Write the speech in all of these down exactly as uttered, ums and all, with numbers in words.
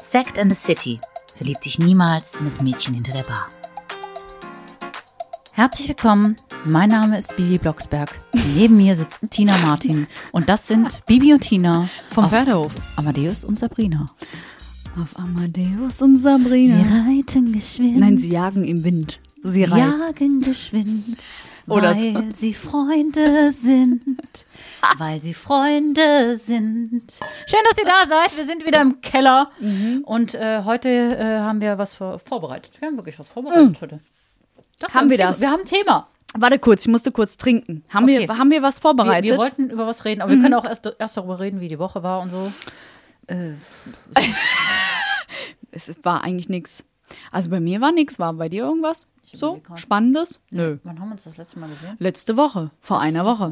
Sect and the City. Verlieb dich niemals in das Mädchen hinter der Bar. Herzlich willkommen, mein Name ist Bibi Blocksberg. Neben mir sitzt Tina Martin und das sind Bibi und Tina vom Pferdehof. Amadeus und Sabrina. Auf Amadeus und Sabrina. Sie reiten geschwind. Nein, sie jagen im Wind. Sie, sie jagen geschwind, Oder weil so. sie Freunde sind. Weil sie Freunde sind. Schön, dass ihr da seid. Wir sind wieder im Keller. Mhm. Und äh, heute äh, haben wir was vor- vorbereitet. Wir haben wirklich was vorbereitet mhm. heute. Doch, haben wir Thema. das? Wir haben ein Thema. Warte kurz, ich musste kurz trinken. Haben, Okay. wir, haben wir was vorbereitet? Wir, wir wollten über was reden, aber mhm. wir können auch erst, erst darüber reden, wie die Woche war und so. Äh, es war eigentlich nichts. Also bei mir war nichts. War bei dir irgendwas so grad. Spannendes? Nö. Wann haben wir uns das letzte Mal gesehen? Letzte Woche, vor einer Woche.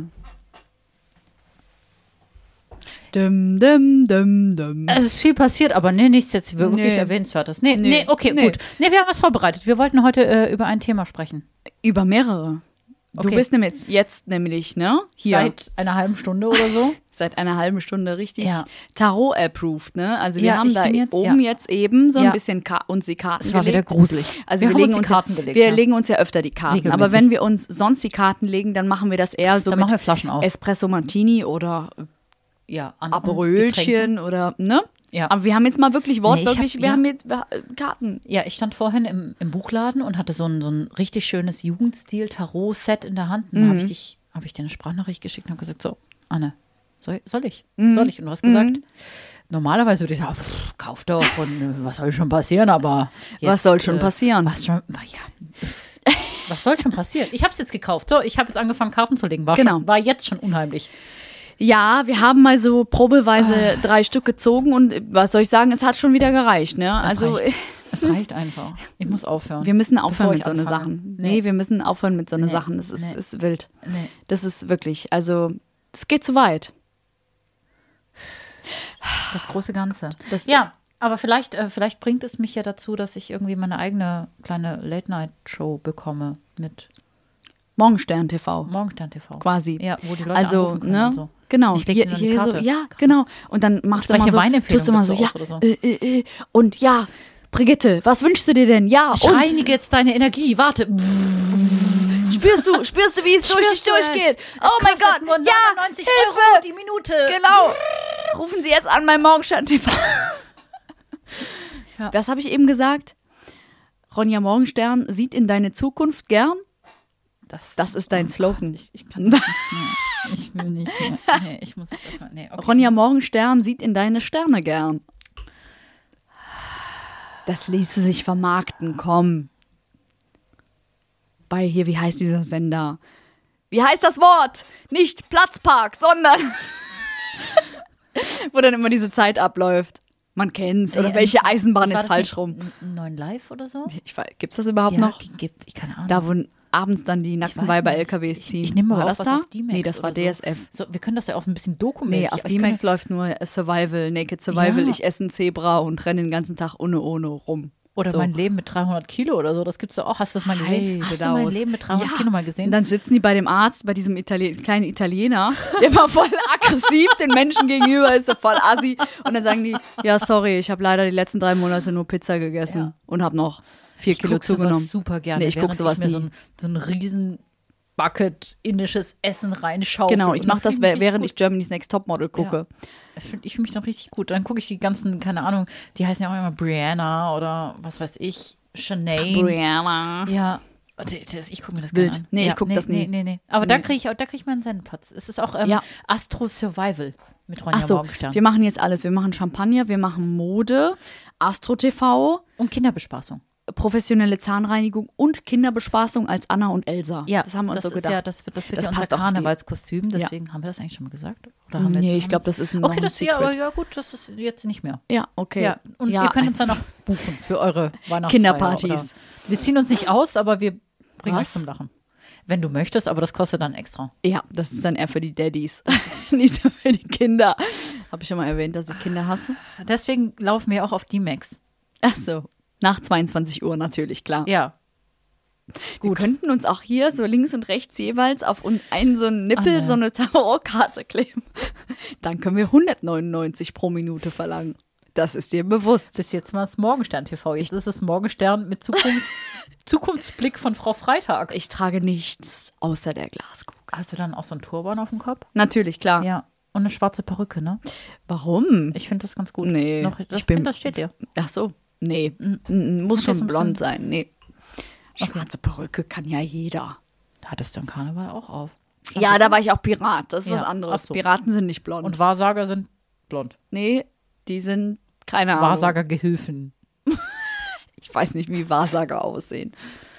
Dum, dum, dum, dum. Es ist viel passiert, aber nee, nichts jetzt wirklich Nee. erwähnenswertes. Nee, nee, Nee. okay, Nee. gut. Nee, wir haben was vorbereitet. Wir wollten heute äh, über ein Thema sprechen. Über mehrere. Du Okay. bist nämlich jetzt nämlich, ne? Hier. Seit einer halben Stunde oder so. Seit einer halben Stunde richtig Ja. Tarot-approved, ne? Also wir Ja, haben ich da bin jetzt- oben ja. jetzt eben so Ja. ein bisschen Ka- uns die Karten Es war wieder gelegt. gruselig. Also Wir wir, haben legen uns die uns Karten ja, gelegt, wir ja. legen uns ja öfter die Karten. Regelmäßig. Aber wenn wir uns sonst die Karten legen, dann machen wir das eher so Dann mit machen wir Flaschen auf. Espresso Martini oder Ja, anderen Getränken. Aperölchen oder, ne? Ja. Aber wir haben jetzt mal wirklich wortwörtlich, Nee, ich hab- wir ja. haben jetzt wir, äh, Karten. Ja, ich stand vorhin im, im Buchladen und hatte so ein, so ein richtig schönes Jugendstil-Tarot-Set in der Hand. Und dann Mhm. habe ich, dich- hab ich dir eine Sprachnachricht geschickt und habe gesagt, so, Anne, soll, soll ich? Mhm. Soll ich? Und du hast gesagt, normalerweise würde ich sagen, pff, kauf doch und äh, was soll schon passieren, aber jetzt, Was soll schon äh, passieren? Was schon, ja, pff, was soll schon passieren? Ich habe es jetzt gekauft. So, ich habe jetzt angefangen, Karten zu legen. War, Genau. schon, war jetzt schon unheimlich. Ja, wir haben mal so probeweise drei Stück gezogen und äh, was soll ich sagen, es hat schon wieder gereicht, ne? Es Also reicht. Es reicht einfach. Ich muss aufhören. wir müssen aufhören Bevor mit ich so eine anfange. Sachen. Nee. Nee, wir müssen aufhören mit so eine Nee. Sachen. Das ist, Nee. ist wild. Nee. Das ist wirklich, also es geht zu weit. Das große Ganze. Das- ja, aber vielleicht, äh, vielleicht bringt es mich ja dazu, dass ich irgendwie meine eigene kleine Late-Night-Show bekomme mit Morgenstern T V Morgenstern T V. quasi. Ja, wo die Leute Also, anrufen können ne? und so. Genau. Ich leg Hier, denen dann die hier so, Karte. ja, genau. Und dann machst du Spreche immer so, Weinempfehlungen tust du immer so, dazu ja, aus oder so. äh, äh, äh, und ja, Brigitte, was wünschst du dir denn? Ja, und Reinige jetzt deine Energie, warte. spürst du, spürst du, wie es durch dich Spürst du es? durchgeht? Es Oh mein kostet Gott, nur ja, neunundneunzig Hilfe! Euro die Minute. Genau. Rufen Sie jetzt an mein Morgenstern T V. Ja. Was habe ich eben gesagt? Ronja Morgenstern sieht in deine Zukunft gern. Das, Das ist dein oh Slogan. Gott, ich, ich kann das nicht mehr. Ich will nicht mehr. Nee, ich muss jetzt erstmal. Nee, okay. Ronja Morgenstern sieht in deine Sterne gern. Das ließe sich vermarkten, komm. Bei hier, wie heißt dieser Sender? Wie heißt das Wort? Nicht Platzpark, sondern wo dann immer diese Zeit abläuft. Man kennt's. Oder Ja, welche Eisenbahn war ist das falsch nicht rum? N- Neun Live oder so? Ich weiß, gibt's das überhaupt Ja, noch? Gibt, ich keine Ahnung. Da, wo abends dann die nackten weiß Weiber nicht. L K Ws ziehen. Ich, ich nehme War aber auch das was da? auf D-Max. Nee, das war oder D S F. So. So, wir können das ja auch ein bisschen dokumäßig. Nee, auf also ich D-Max kann läuft nur Survival, Naked Survival. Ja. Ich esse ein Zebra und renne den ganzen Tag ohne ohne rum. ja- Oder so. mein Leben mit dreihundert Kilo oder so. Das gibt's ja auch. Hast du das mal gesehen? Hast du mein Heidedaus. Leben mit dreihundert Ja. Kilo mal gesehen? Und dann sitzen die bei dem Arzt, bei diesem Italien kleinen Italiener, der war voll aggressiv den Menschen gegenüber, ist so voll assi. Und dann sagen die, ja, sorry, ich habe leider die letzten drei Monate nur Pizza gegessen Ja. und habe noch vier ich Kilo guck sowas zugenommen. super gerne. Nee, ich guck während sowas ich mir so nie. ein, so ein riesen Bucket indisches Essen reinschaufel. Genau, ich Und mache dann das, fühl ich mich während richtig ich Germany's Next Topmodel gucke. Ich fühle ich fühl mich dann richtig gut. Dann gucke ich die ganzen, keine Ahnung, die heißen ja auch immer Brianna oder was weiß ich, Shanae. Brianna. Ja, das, das, ich gucke mir das Wild. gerne an. Nee, ich ja, guck nee, das nie. Nee, nee, nee. Aber da Nee. kriege ich, da krieg ich meinen Sendeplatz. Es ist auch ähm, Ja. Astro Survival mit Ronja Ach so, Morgenstern. wir machen jetzt alles. Wir machen Champagner, wir machen Mode, Astro T V, Und Kinderbespaßung. professionelle Zahnreinigung und Kinderbespaßung als Anna und Elsa. Ja, das haben wir uns das so ist gedacht. Ja, das wird, das wird Das ja unser passt auch auf die- Karnevalskostüm, deswegen haben wir das eigentlich schon mal gesagt. Oder haben wir Nee, jetzt, ich haben glaube, wir das ist ein Okay, noch ein das ja, aber Secret. ja gut, das ist jetzt nicht mehr. Ja, okay. Ja, und ja, ihr könnt uns also- dann auch buchen für eure Weihnachtsfeier. Kinderpartys. Oder- Wir ziehen uns nicht aus, aber wir bringen euch Was? zum Lachen. Wenn du möchtest, aber das kostet dann extra. Ja, das ist dann eher für die Daddys, nicht so für die Kinder. Habe ich schon mal erwähnt, dass ich Kinder hasse? Deswegen laufen wir auch auf D-Max. Ach so, nach zweiundzwanzig Uhr natürlich, klar. Ja. Wir könnten uns auch hier so links und rechts jeweils auf un- einen so einen Nippel Ah, ne. so eine Tarotkarte kleben. Dann können wir hundertneunundneunzig pro Minute verlangen. Das ist dir bewusst. Bis jetzt mal das Morgenstern T V. Jetzt ist es Morgenstern mit Zukunft, Zukunftsblick von Frau Freitag. Ich trage nichts außer der Glaskugel. Hast du dann auch so einen Turban auf dem Kopf? Natürlich, klar. Ja. Und eine schwarze Perücke, ne? Warum? Ich finde das ganz gut. Nee. Noch, das, ich ich bin, finde, das steht dir. Ach so. Nee. Mm, Muss Okay, so schon ein blond bisschen- sein. Nee. Schwarze Perücke kann ja jeder. Da hattest du im Karneval auch auf. Ja, da war ich auch Pirat. Das ist Ja, was anderes. ach so. Piraten sind nicht blond. Und Wahrsager sind blond. nee, die sind keine Ahnung. Wahrsagergehilfen. Ich weiß nicht, wie Wahrsager aussehen.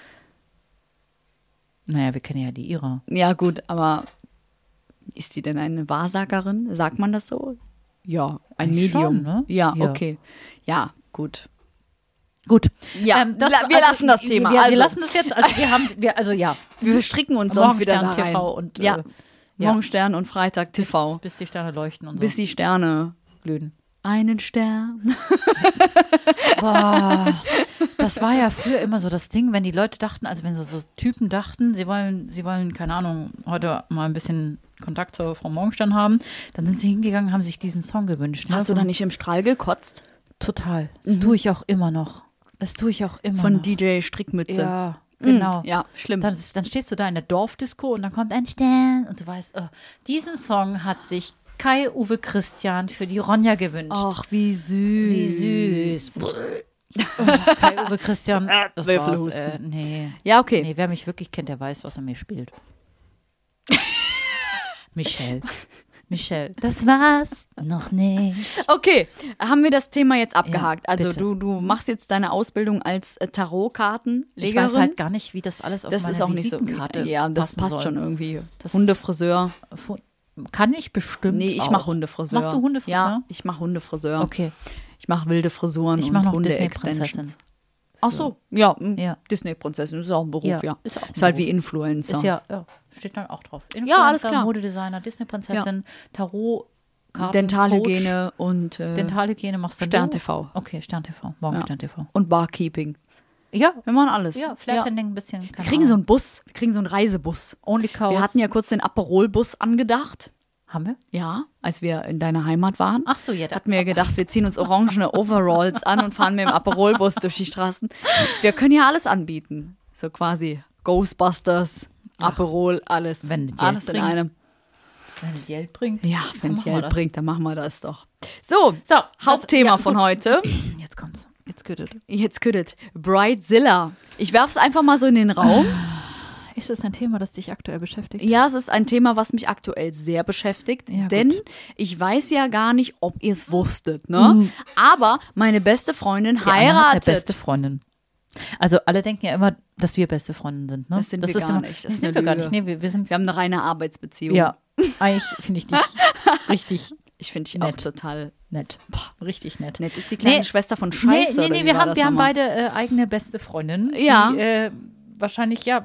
Naja, wir kennen ja die ihrer. Ja, gut, aber ist die denn eine Wahrsagerin? Sagt man das so? Ja, ein Eigentlich Medium. schon, ne? Ja, Ja. okay. Ja, gut. Gut. Ja, Ähm, das- la- wir also, lassen das Thema. Wir, wir also, lassen das jetzt. Also wir haben, wir, also ja. wir stricken uns sonst wieder da Morgenstern rein. T V und ja. äh, ja. Morgenstern und Freitag T V. Bis, bis die Sterne leuchten und so. Bis die Sterne glühen. einen Stern. Boah, das war ja früher immer so das Ding, wenn die Leute dachten, also wenn so, so Typen dachten, sie wollen, sie wollen, keine Ahnung, heute mal ein bisschen Kontakt zur Frau Morgenstern haben, dann sind sie hingegangen, haben sich diesen Song gewünscht. Ne? Hast du da nicht im Strahl gekotzt? Total. Das tue ich auch immer noch. Das tue ich auch immer Von noch. D J Strickmütze. Ja, genau. Mm, ja, schlimm. Dann, dann stehst du da in der Dorfdisco und dann kommt ein Stern und du weißt, oh, diesen Song hat sich Kai-Uwe Christian für die Ronja gewünscht. Ach, wie süß. Wie süß. Oh, Kai-Uwe Christian, das war's. Würfelhusten. Äh, nee. Ja, okay. Nee, wer mich wirklich kennt, der weiß, was er mir spielt. Michelle. Michelle. Das war's noch nicht. Okay, haben wir das Thema jetzt abgehakt. Ja, also bitte. du, du machst jetzt deine Ausbildung als äh, Tarotkartenlegerin. Ich weiß halt gar nicht, wie das alles auf das meiner ist auch nicht so. Visitenkarte Ja, das passen passt soll. schon irgendwie. Das- Hundefriseur. Fu- Kann ich bestimmt Nee, ich auch. mache Hundefriseur. Machst du Hundefriseur? Ja, ich mache Hundefriseur. Okay. Ich mache wilde Frisuren Ich und mache noch Hunde-Extensions. Disney-Prinzessin. Ach so, ja, m, Ja. Disney-Prinzessin ist auch ein Beruf, Ja, ja. ist auch ein Ist halt Beruf. wie Influencer. Ist ja, ja, steht dann auch drauf. Ja, alles klar. Modedesigner, Disney-Prinzessin, Tarot, Karten, Dentalhygiene und, Coach. äh, Dentalhygiene machst du Stern T V. Okay, Stern T V. Morgen Ja. Stern T V. und Barkeeping. Ja, Wir machen alles. ja, Flattending ein bisschen. Wir kriegen so einen Bus, wir kriegen so einen Reisebus. Only Cows. Wir hatten ja kurz den Aperol-Bus angedacht. Haben wir? Ja, als wir in deiner Heimat waren. Ach so, ja. Da, Hatten wir gedacht, wir ziehen uns orangene Overalls an und fahren mit dem Aperol-Bus durch die Straßen. Wir können ja alles anbieten. So quasi Ghostbusters, Aperol, alles. Wenn es Geld alles in bringt. einem. wenn es Geld bringt. Ja, wenn es machen wir Geld das. bringt, dann machen wir das doch. So, So, Hauptthema das, ja, von gut. heute. Jetzt kommt's. Jetzt geht es. Jetzt küttet. Bridezilla. Ich werfe es einfach mal so in den Raum. Ist das ein Thema, das dich aktuell beschäftigt? Ja, es ist ein Thema, was mich aktuell sehr beschäftigt, Ja, denn gut. ich weiß ja gar nicht, ob ihr es wusstet, ne? Aber meine beste Freundin Die Anna hat eine heiratet. beste Freundin. Also alle denken ja immer, dass wir beste Freundinnen sind. Ne? Das sind wir ist gar immer, nicht. Das nee, ist sind eine wir gar Lüge. nicht. Nee, wir, wir sind Wir haben eine reine Arbeitsbeziehung. ja, eigentlich finde ich dich richtig Ich finde dich auch Nett. total nett. Richtig nett. nett. Ist die kleine Nee. Schwester von Nee, Scheiße? nee, oder nee, wie wir war haben, das wir haben nochmal? beide äh, eigene beste Freundinnen. Ja. Die äh, wahrscheinlich, ja.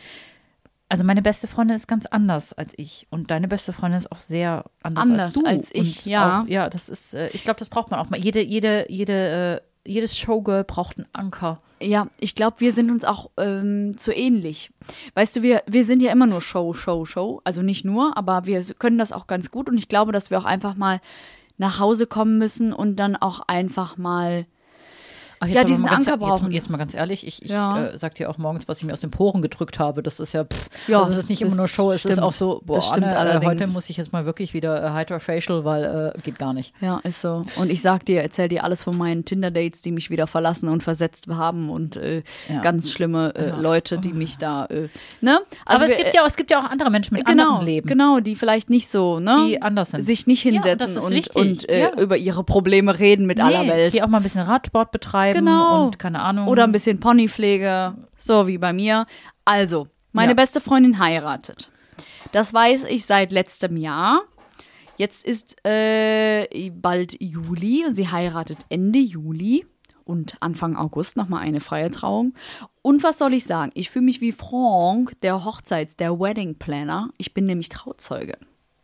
Also meine beste Freundin ist ganz anders als ich. Und deine beste Freundin ist auch sehr anders, Anders als du. als ich, Und ja. Auch, ja, das ist, äh, ich glaube, das braucht man auch mal. Jede, jede, jede, äh, jedes Showgirl braucht einen Anker. Ja, ich glaube, wir sind uns auch ähm, zu ähnlich. Weißt du, wir, wir sind ja immer nur Show, Show, Show. Also nicht nur, aber wir können das auch ganz gut. Und ich glaube, dass wir auch einfach mal nach Hause kommen müssen und dann auch einfach mal Ach, Ja, aber diesen mal ganz, Anker brauchen. Jetzt, jetzt mal ganz ehrlich, ich, ich Ja. äh, sag dir auch morgens, was ich mir aus den Poren gedrückt habe. Das ist ja, pff, Ja, also es ist nicht das immer nur Show, es stimmt. ist auch so, boah, Das stimmt Anne, äh, allerdings. heute muss ich jetzt mal wirklich wieder äh, Hydrofacial, weil äh, geht gar nicht. Ja, ist so. Und ich sag dir, erzähl dir alles von meinen Tinder-Dates, die mich wieder verlassen und versetzt haben und äh, Ja. ganz schlimme äh, Ja. Leute, die mich da, äh, ne? Aber es wir- gibt ja auch, es gibt ja auch andere Menschen mit genau, anderen Leben, genau, die vielleicht nicht so, ne? die anders sind. sich nicht Ja, hinsetzen das ist und, wichtig. und äh, Ja. über ihre Probleme reden mit aller Nee, Welt. die auch mal ein bisschen Radsport betreiben Genau. und keine Ahnung. Oder ein bisschen Ponypflege, so wie bei mir. Also, meine Ja. beste Freundin heiratet. Das weiß ich seit letztem Jahr. Jetzt ist äh, bald Juli und sie heiratet Ende Juli und Anfang August nochmal eine freie Trauung. Und was soll ich sagen? Ich fühle mich wie Franck, der Hochzeits-, der Wedding Planner. Ich bin nämlich Trauzeuge.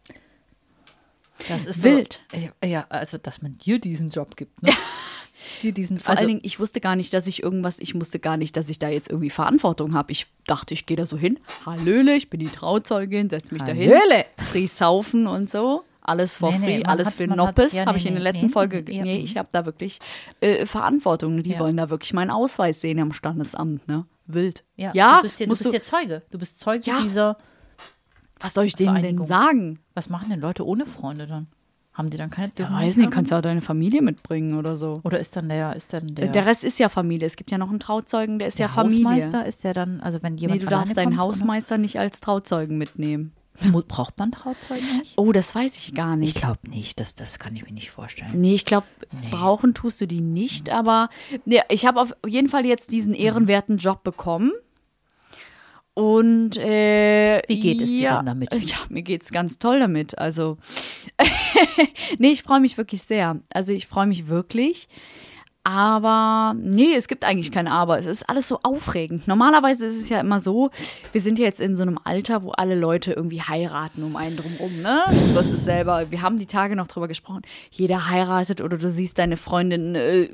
das ist wild. So, ja, also dass man dir diesen Job gibt, ne? dir diesen, Vor also, allen Dingen, ich wusste gar nicht, dass ich irgendwas, ich wusste gar nicht, dass ich da jetzt irgendwie Verantwortung habe. Ich dachte, ich gehe da so hin. Hallöle, ich bin die Trauzeugin, setz mich da hin. Hallöle. Free saufen und so. alles for Nee, nee, free, man alles hat- für man Noppes, hat- ja, habe nee, ich in der nee, letzten nee, Folge. ja, Nee, mhm. ich habe da wirklich äh, Verantwortung. Die Ja. wollen da wirklich meinen Ausweis sehen am Standesamt, ne? Wild. Ja, ja du bist ja, du musst bist du, ja Zeuge. Du bist Zeuge Ja. dieser. was soll ich denen denn Vereinigung. sagen? Was machen denn Leute ohne Freunde dann? Haben die dann keine? Ich dürfen die weiß nicht, heiraten? kannst du auch deine Familie mitbringen oder so. Oder ist dann der, ist dann der, Der Rest ist ja Familie. Es gibt ja noch einen Trauzeugen, der ist der ja Familie. Hausmeister? Ist der dann, also wenn jemand Nee, du darfst deinen alleine kommt, Hausmeister nicht als Trauzeugen mitnehmen. oder? Mu- Braucht man Trauzeugen nicht? Oh, das weiß ich gar Ich nicht. glaube nicht, das, das kann ich mir nicht vorstellen. Nee, ich glaube, Nee. brauchen tust du die nicht, aber ja, ich habe auf jeden Fall jetzt diesen ehrenwerten Job bekommen. Und äh, Wie geht es dir ja, denn damit? Ja, mir geht es ganz toll damit. Also, nee, ich freue mich wirklich sehr. Also, ich freue mich wirklich. Aber nee, es gibt eigentlich kein Aber. Es ist alles so aufregend. Normalerweise ist es ja immer so, wir sind ja jetzt in so einem Alter, wo alle Leute irgendwie heiraten um einen drumherum, ne? Du wirst es selber, wir haben die Tage noch drüber gesprochen, jeder heiratet oder du siehst deine Freundin äh,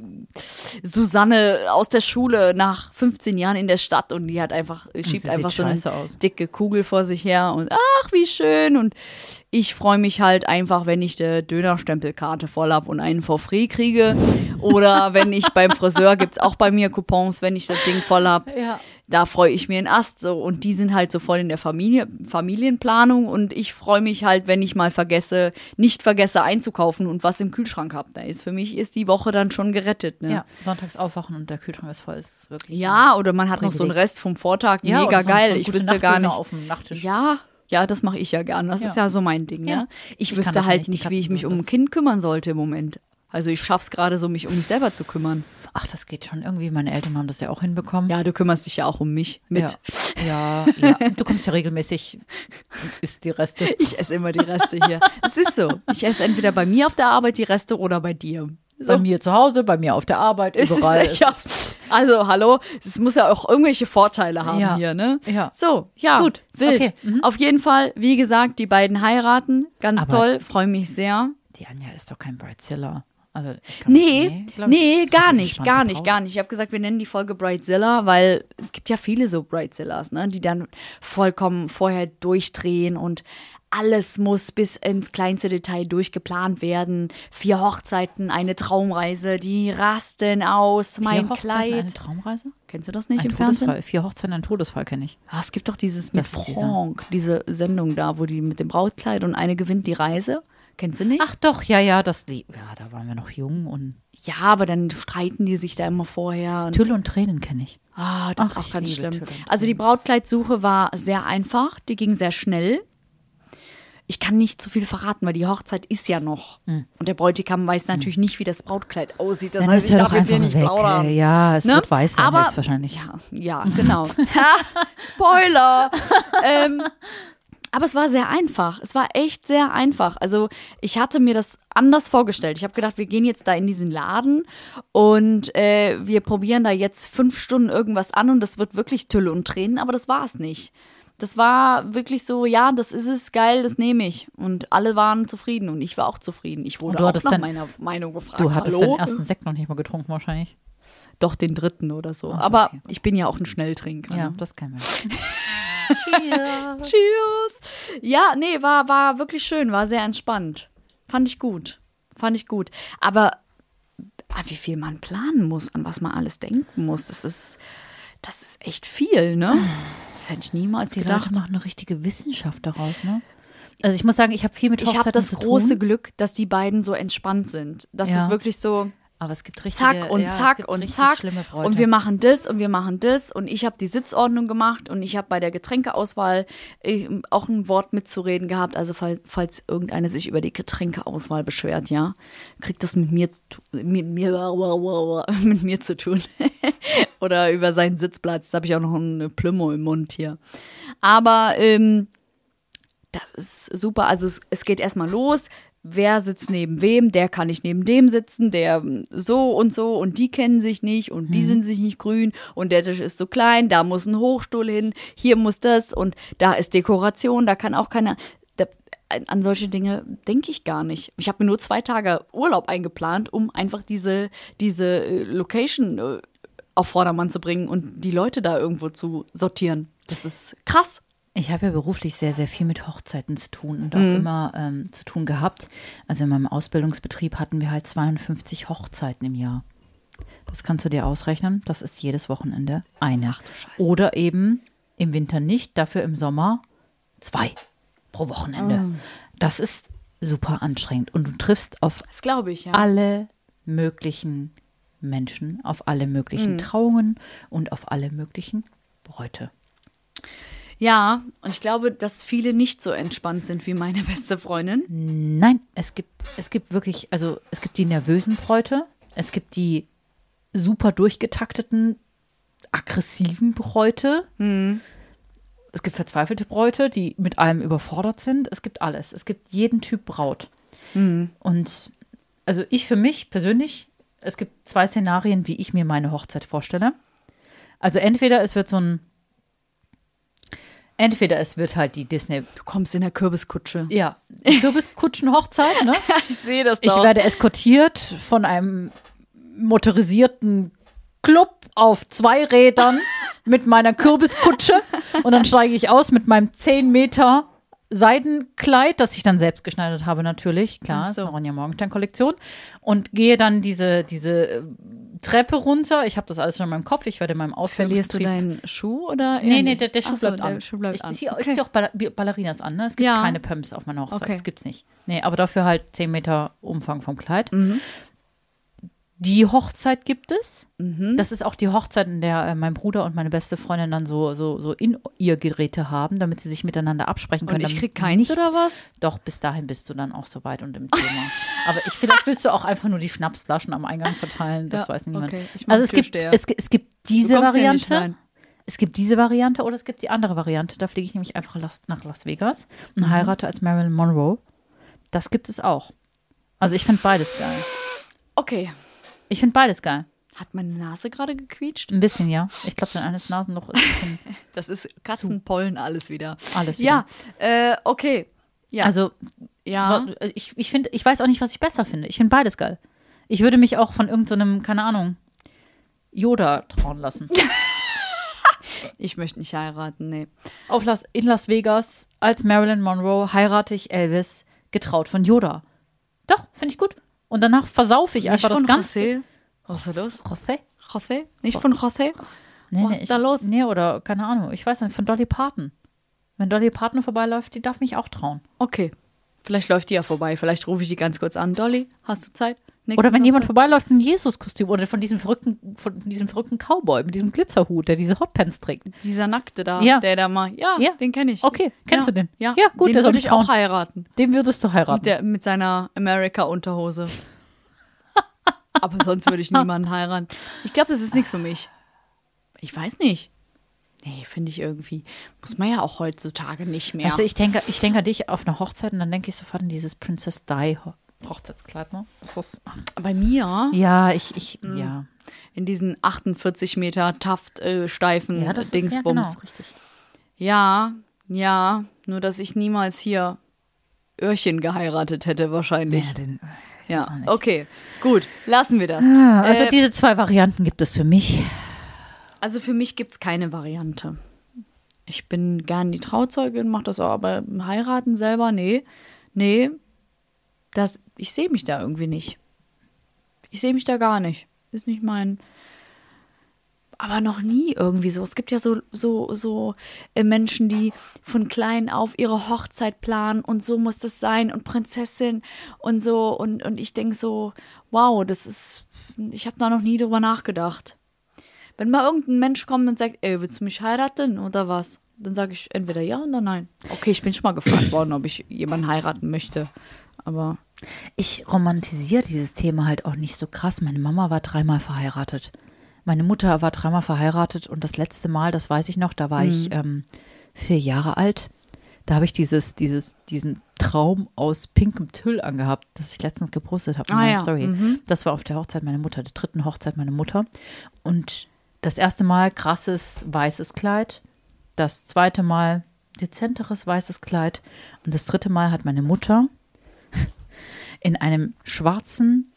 Susanne aus der Schule nach fünfzehn Jahren in der Stadt und die hat einfach, schiebt sie einfach sieht so eine scheiße aus. dicke Kugel vor sich her und ach, wie schön. Und ich freue mich halt einfach, wenn ich die Dönerstempelkarte voll habe und einen for free kriege. Oder wenn ich beim Friseur, gibt es auch bei mir Coupons, wenn ich das Ding voll habe. Ja. Da freue ich mir einen Ast. So. Und die sind halt so voll in der Familie, Familienplanung. Und ich freue mich halt, wenn ich mal vergesse, nicht vergesse einzukaufen und was im Kühlschrank habe. Da ist für mich ist die Woche dann schon gerettet. Ne? Ja, sonntags aufwachen und der Kühlschrank ist voll, ist wirklich. Ja, oder man hat noch so einen Privileg. Rest vom Vortag. Ja, Mega oder so- geil. so ein ich gute wüsste gar Nachtdöner nicht. auf dem Nachttisch. Ja, ja, das mache ich ja gern. Das Ja. ist ja so mein Ding. Ja. Ne? Ich, Ich kann wüsste das halt nicht, die nicht, wie ich Katzen mich würden um ein das. Kind kümmern sollte im Moment. Also ich schaff's gerade so, mich um mich selber zu kümmern. Ach, das geht schon irgendwie. Meine Eltern haben das ja auch hinbekommen. Ja, du kümmerst dich ja auch um mich mit. Ja, ja, ja. Du kommst ja regelmäßig und isst die Reste. Ich esse immer die Reste hier. Es ist so. Ich esse entweder bei mir auf der Arbeit die Reste oder bei dir. So. Bei mir zu Hause, bei mir auf der Arbeit, Es überall. ist, ja. Also, hallo, es muss ja auch irgendwelche Vorteile haben Ja. hier, ne? Ja. So, ja, Gut, wild. okay, mhm. Auf jeden Fall, wie gesagt, die beiden heiraten. Ganz Aber- toll, freue mich sehr. Die Anja ist doch kein Bridezilla. Also, ich kann- Nee, glaub ich, nee, das ist gar eine nicht, entspannte gar nicht, Braut. gar nicht. Ich habe gesagt, wir nennen die Folge Bridezilla, weil es gibt ja viele so Bridezillas, ne, die dann vollkommen vorher durchdrehen und alles muss bis ins kleinste Detail durchgeplant werden. Vier Hochzeiten, eine Traumreise, die rasten aus, mein Vier Hochzeiten, eine Kleid. Traumreise? Kennst du das nicht Ein im Fernsehen? Todesfall. Vier Hochzeiten, ein Todesfall kenne ich. Ah, es gibt doch dieses mit Das ist dieser- Franck, diese Sendung da, wo die mit dem Brautkleid und eine gewinnt die Reise. Kennst du nicht? Ach doch, ja, ja, das die, ja, da waren wir noch jung und Ja, aber dann streiten die sich da immer vorher. Und Tülle und Tränen kenne ich. Ah, das ist Ach, auch ich ganz liebe schlimm. Tülle und Also die Brautkleidsuche war sehr einfach, die ging sehr schnell. Ich kann nicht zu viel verraten, weil die Hochzeit ist ja noch. Und der Bräutigam weiß natürlich nicht, wie das Brautkleid aussieht. Das Dann heißt, ist ich ja darf doch jetzt hier einfach nicht weg. plaudern. ey. Ja, es Ne? wird weiß sein, Aber- höchstwahrscheinlich. Ja, ja, genau. Ha, Spoiler. ähm, aber es war sehr einfach. Es war echt sehr einfach. Also ich hatte mir das anders vorgestellt. Ich habe gedacht, wir gehen jetzt da in diesen Laden und äh, wir probieren da jetzt fünf Stunden irgendwas an und das wird wirklich Tülle und Tränen, aber das war es nicht. Das war wirklich so, ja, das ist es, geil, das nehme ich. Und alle waren zufrieden und ich war auch zufrieden. Ich wurde Und du auch hattest nach dann- meiner Meinung gefragt. Du hattest Hallo? den ersten Sekt noch nicht mal getrunken wahrscheinlich. Doch, den dritten oder so. Ach so, aber okay. ich bin ja auch ein Schnelltrinker. Ja, ne? das kennen wir. Cheers. Cheers! Ja, nee, war, war wirklich schön, war sehr entspannt. Fand ich gut. Fand ich gut. Aber ah, wie viel man planen muss, an was man alles denken muss, das ist, das ist echt viel, ne? Das hätte ich niemals Die gedacht. Leute machen eine richtige Wissenschaft daraus, ne? Also ich muss sagen, ich habe viel mit Ich Hochzeiten habe das zu große tun. Glück, dass die beiden so entspannt sind. Das Ja. ist wirklich so Aber es gibt richtige, zack und ja, es zack gibt und richtig zack. schlimme Bräute. Und wir machen das und wir machen das. Und ich habe die Sitzordnung gemacht und ich habe bei der Getränkeauswahl äh, auch ein Wort mitzureden gehabt. Also fall, falls irgendeiner sich über die Getränkeauswahl beschwert, ja, kriegt das mit mir, zu- mit mir, mit mir zu tun. Oder über seinen Sitzplatz. Da habe ich auch noch eine Plümo im Mund hier. Aber ähm, das ist super. Also es, es geht erstmal los. Wer sitzt neben wem? Der kann nicht neben dem sitzen, der so und so und die kennen sich nicht und die sind sich nicht grün und der Tisch ist so klein, da muss ein Hochstuhl hin, hier muss das und da ist Dekoration, da kann auch keiner. Da, an solche Dinge denke ich gar nicht. Ich habe mir nur zwei Tage Urlaub eingeplant, um einfach diese, diese äh, Location äh, auf Vordermann zu bringen und die Leute da irgendwo zu sortieren. Das ist krass. Ich habe ja beruflich sehr, sehr viel mit Hochzeiten zu tun und auch mhm. immer ähm, zu tun gehabt. Also in meinem Ausbildungsbetrieb hatten wir halt zweiundfünfzig Hochzeiten im Jahr. Das kannst du dir ausrechnen. Das ist jedes Wochenende eine. Ach du Scheiße. Oder eben im Winter nicht, dafür im Sommer zwei pro Wochenende. Mhm. Das ist super anstrengend. Und du triffst auf das glaube ich, ja. alle möglichen Menschen, auf alle möglichen mhm. Trauungen und auf alle möglichen Bräute. Ja, und ich glaube, dass viele nicht so entspannt sind wie meine beste Freundin. Nein, es gibt, es gibt wirklich, also es gibt die nervösen Bräute, es gibt die super durchgetakteten, aggressiven Bräute. Mhm. Es gibt verzweifelte Bräute, die mit allem überfordert sind. Es gibt alles. Es gibt jeden Typ Braut. Mhm. Und also ich für mich persönlich, es gibt zwei Szenarien, wie ich mir meine Hochzeit vorstelle. Also entweder es wird so ein Entweder es wird halt die Disney. Du kommst in der Kürbiskutsche. Ja, die Kürbiskutschen-Hochzeit, ne? Ich sehe das doch. Ich werde eskortiert von einem motorisierten Club auf zwei Rädern mit meiner Kürbiskutsche. Und dann steige ich aus mit meinem zehn Meter Seidenkleid, das ich dann selbst geschneidert habe, natürlich. Klar, so. Das ist eine Ronja Morgenstern-Kollektion. Und gehe dann diese, diese Treppe runter. Ich habe das alles schon in meinem Kopf. Ich werde in meinem Ausbildungsbetrieb. Verlierst du deinen Schuh oder? Nee, nee, der, der Schuh so, bleibt der an. Schuh bleibt ich an. ziehe Okay. zieh auch Ball Ballerinas an, ne? Es gibt ja. keine Pumps auf meiner Hochzeit. Okay. Das gibt's nicht. Nee, aber dafür halt zehn Meter Umfang vom Kleid. Mhm. Die Hochzeit gibt es. Mhm. Das ist auch die Hochzeit, in der äh, mein Bruder und meine beste Freundin dann so, so, so in ihr Geräte haben, damit sie sich miteinander absprechen können. Und ich krieg damit keins nicht, oder was? Doch, bis dahin bist du dann auch so weit und im Thema. Aber ich, vielleicht willst du auch einfach nur die Schnapsflaschen am Eingang verteilen, das Ja, weiß niemand. okay. Ich Also es gibt, es, es gibt diese Du kommst hier nicht Variante. rein. Es gibt diese Variante oder es gibt die andere Variante. Da fliege ich nämlich einfach nach Las Vegas und Mhm. heirate als Marilyn Monroe. Das gibt es auch. Also ich finde beides geil. Okay. Ich finde beides geil. Hat meine Nase gerade gequietscht? Ein bisschen, ja. Ich glaube, dein eines Nasenloch ist ein bisschen Das ist Katzenpollen, alles wieder. alles. Wieder. Ja, äh, okay. Ja. Also, ja. ich, ich finde, ich weiß auch nicht, was ich besser finde. Ich finde beides geil. Ich würde mich auch von irgendeinem, so keine Ahnung, Yoda trauen lassen. Ich möchte nicht heiraten, nee. Auf Las, in Las Vegas als Marilyn Monroe heirate ich Elvis, getraut von Yoda. Doch, finde ich gut. Und danach versaufe ich Nicht einfach das von Ganze. José. Was ist los? José? José? Nicht von José? Nee, Was nee, ist ich, da los? nee, oder keine Ahnung. Ich weiß nicht, von Dolly Parton. Wenn Dolly Parton vorbeiläuft, die darf mich auch trauen. Okay. Vielleicht läuft die ja vorbei. Vielleicht rufe ich die ganz kurz an. Dolly, hast du Zeit? Nächsten Oder wenn Samstag? jemand vorbeiläuft in Jesus-Kostüm oder von diesem verrückten, von diesem verrückten Cowboy mit diesem Glitzerhut, der diese Hotpants trägt. Dieser Nackte da, Ja. der da mal, ja, Ja. den kenne ich. Okay, kennst ja. du den? Ja, Ja, gut, den der soll würde mich ich auch trauen. heiraten. Den würdest du heiraten. Der, mit seiner America-Unterhose. Aber sonst würde ich niemanden heiraten. Ich glaube, das ist nichts für mich. Ich weiß nicht. Nee, finde ich irgendwie. Muss man ja auch heutzutage nicht mehr. Weißt du, ich denke, ich denke an dich auf einer Hochzeit und dann denke ich sofort an dieses Princess Di Ho- Hochzeitskleid, ne? Das ist, Bei mir, ja, ich, ich, Mhm. ja. in diesen achtundvierzig Meter Taft äh, steifen Ja, das ist ja Dingsbums. genau, richtig. Ja, ja, nur dass ich niemals hier Öhrchen geheiratet hätte wahrscheinlich. Ja, den, Ja, weiß auch nicht. okay, gut, lassen wir das. Ah, also Äh, diese zwei Varianten gibt es für mich. Also für mich gibt es keine Variante. Ich bin gern die Trauzeugin, mach das auch, aber heiraten selber, nee. Nee, das, ich sehe mich da irgendwie nicht. Ich sehe mich da gar nicht. Ist nicht mein. Aber noch nie irgendwie so. Es gibt ja so, so, so äh, Menschen, die von klein auf ihre Hochzeit planen und so muss das sein und Prinzessin und so. Und, und ich denke so, wow, das ist, ich habe da noch nie drüber nachgedacht. Wenn mal irgendein Mensch kommt und sagt, ey, willst du mich heiraten oder was? Dann sage ich entweder ja oder nein. Okay, ich bin schon mal gefragt worden, ob ich jemanden heiraten möchte. Aber Ich romantisiere dieses Thema halt auch nicht so krass. Meine Mama war dreimal verheiratet. Meine Mutter war dreimal verheiratet und das letzte Mal, das weiß ich noch, da war Mhm. ich ähm, vier Jahre alt. Da habe ich dieses, dieses, diesen Traum aus pinkem Tüll angehabt, das ich letztens gepostet habe in Ah, meiner ja. Story. Mhm. Das war auf der Hochzeit meiner Mutter, der dritten Hochzeit meiner Mutter. Und das erste Mal krasses weißes Kleid, das zweite Mal dezenteres weißes Kleid und das dritte Mal hat meine Mutter in einem schwarzen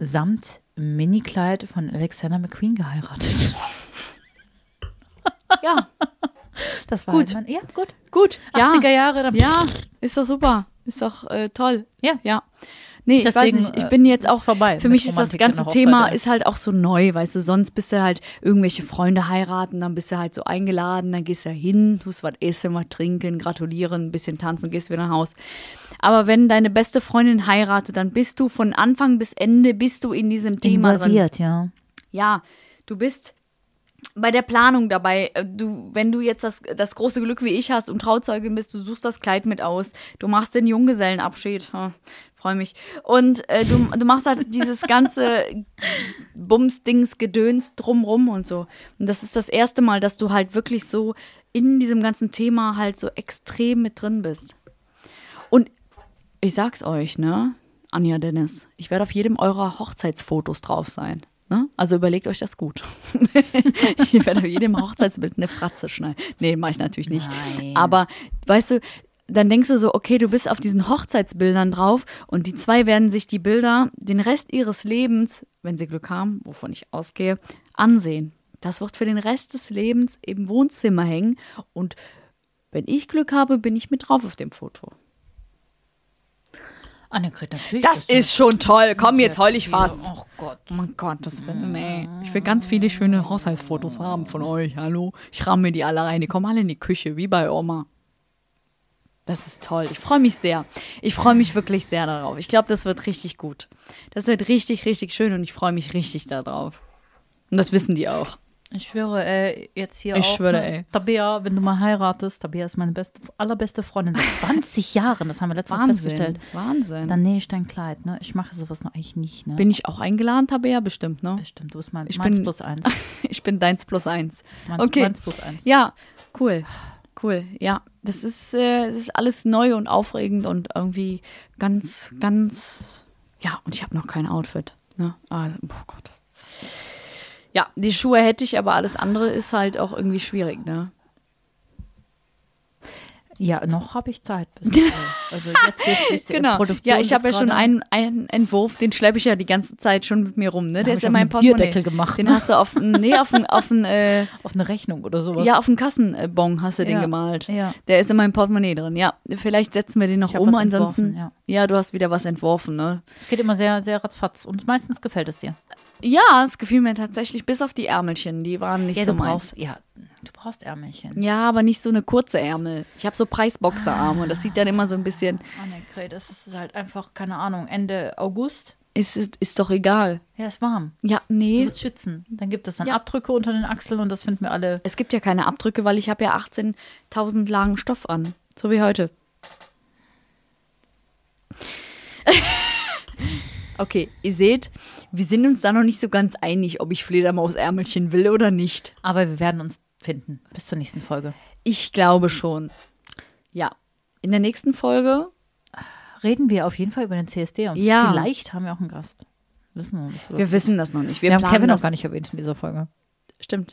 Samt-Mini-Kleid von Alexander McQueen geheiratet. ja, Das war Gut. Halt mein, ja, gut. Gut, ja. achtziger Jahre. Dann Ja, ist doch super. Ist doch äh, toll. Ja. Ja. Nee, Deswegen, ich weiß nicht, ich bin jetzt äh, ist auch, vorbei für mit mich ist das Romantik in ganze der Hochzeit, Thema ey. ist halt auch so neu, weißt du, sonst bist du halt irgendwelche Freunde heiraten, dann bist du halt so eingeladen, dann gehst du hin, tust was essen, was trinken, gratulieren, ein bisschen tanzen, gehst wieder nach Haus. Aber wenn deine beste Freundin heiratet, dann bist du von Anfang bis Ende, bist du in diesem Thema drin. Involviert, ja. Ja, du bist bei der Planung dabei. Du, wenn du jetzt das, das große Glück wie ich hast und Trauzeugin bist, du suchst das Kleid mit aus, du machst den Junggesellenabschied, hm, freue mich. Und äh, du, du machst halt dieses ganze Bums-Dings, Gedöns drumrum und so. Und das ist das erste Mal, dass du halt wirklich so in diesem ganzen Thema halt so extrem mit drin bist. Und ich sag's euch, ne, Anja, Dennis, ich werde auf jedem eurer Hochzeitsfotos drauf sein. Ne? Also überlegt euch das gut. Ich werde auf jedem Hochzeitsbild eine Fratze schneiden. Nee, mache ich natürlich nicht. Nein. Aber weißt du, dann denkst du so, okay, du bist auf diesen Hochzeitsbildern drauf und die zwei werden sich die Bilder den Rest ihres Lebens, wenn sie Glück haben, wovon ich ausgehe, ansehen. Das wird für den Rest des Lebens im Wohnzimmer hängen und wenn ich Glück habe, bin ich mit drauf auf dem Foto. Annegret, natürlich. Das ist schon toll. Komm, jetzt heul ich viel. fast. Oh Gott. Oh mein Gott, das will, nee. Ich will ganz viele schöne Hochzeitsfotos haben von euch. Hallo? Ich ramme mir die alle rein. Die kommen alle in die Küche, wie bei Oma. Das ist toll. Ich freue mich sehr. Ich freue mich wirklich sehr darauf. Ich glaube, das wird richtig gut. Das wird richtig, richtig schön und ich freue mich richtig darauf. Und das wissen die auch. Ich schwöre, ey, jetzt hier Ich auch. schwöre, ne? ey. Tabea, wenn du mal heiratest, Tabea ist meine beste, allerbeste Freundin seit zwanzig Jahren. Das haben wir letztens festgestellt. Wahnsinn. Dann nähe ich dein Kleid, ne? Ich mache sowas noch eigentlich nicht, ne? Bin ich auch eingeladen, Tabea? Bestimmt, ne? Bestimmt, du bist mein, Ich meins bin- plus eins. Ich bin deins plus eins. Meins, Okay. meins plus eins. Ja, cool. Cool. Ja, das ist, äh, das ist alles neu und aufregend und irgendwie ganz, ganz. Ja, und ich habe noch kein Outfit. Ne? Ah, oh Gott. Ja, die Schuhe hätte ich, aber alles andere ist halt auch irgendwie schwierig, ne? Ja, noch habe ich Zeit. Bis, äh, also jetzt, jetzt ist Genau. Produktion. Ja, ich habe ja bis schon gerade- einen, einen Entwurf, den schleppe ich ja die ganze Zeit schon mit mir rum, ne? Der hab ist ich in auf meinem einen Portemonnaie. Bierdeckel gemacht, Den ne? hast du auf, nee, auf einen, auf einen, äh, auf eine Rechnung oder sowas. ja, auf einen Kassenbon hast du den Ja, gemalt. ja. Der ist in meinem Portemonnaie drin. Ja, vielleicht setzen wir den noch Ich hab um, was ansonsten. entworfen, ja. Ja, du hast wieder was entworfen, ne? Es geht immer sehr, sehr ratzfatz und meistens gefällt es dir. Ja, es gefiel mir tatsächlich, bis auf die Ärmelchen, die waren nicht Ja, so du meins. brauchst, ja, du brauchst Ärmelchen. Ja, aber nicht so eine kurze Ärmel. Ich habe so Preisboxerarme und das sieht dann immer so ein bisschen, Annegret, das ist halt einfach, keine Ahnung, Ende August. ist, ist doch egal. Ja, ist warm. Ja, Du nee. musst schützen. Dann gibt es dann Ja. Abdrücke unter den Achseln und das finden wir alle. Es gibt ja keine Abdrücke, weil ich habe ja achtzehntausend Lagen Stoff an. So wie heute. Okay, ihr seht, wir sind uns da noch nicht so ganz einig, ob ich Fledermausärmelchen will oder nicht. Aber wir werden uns finden. Bis zur nächsten Folge. Ich glaube schon. Ja. In der nächsten Folge, Reden wir auf jeden Fall über den C S D und Ja. vielleicht haben wir auch einen Gast. Wissen wir noch nicht so. wir wissen das noch nicht. Wir, wir haben planen Kevin das. noch gar nicht erwähnt in dieser Folge. Stimmt.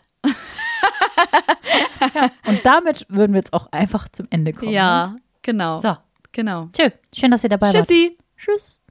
Und damit würden wir jetzt auch einfach zum Ende kommen. Ne? Ja, genau. So, Genau. tschö. Schön, dass ihr dabei wart. Tschüssi. Tschüss.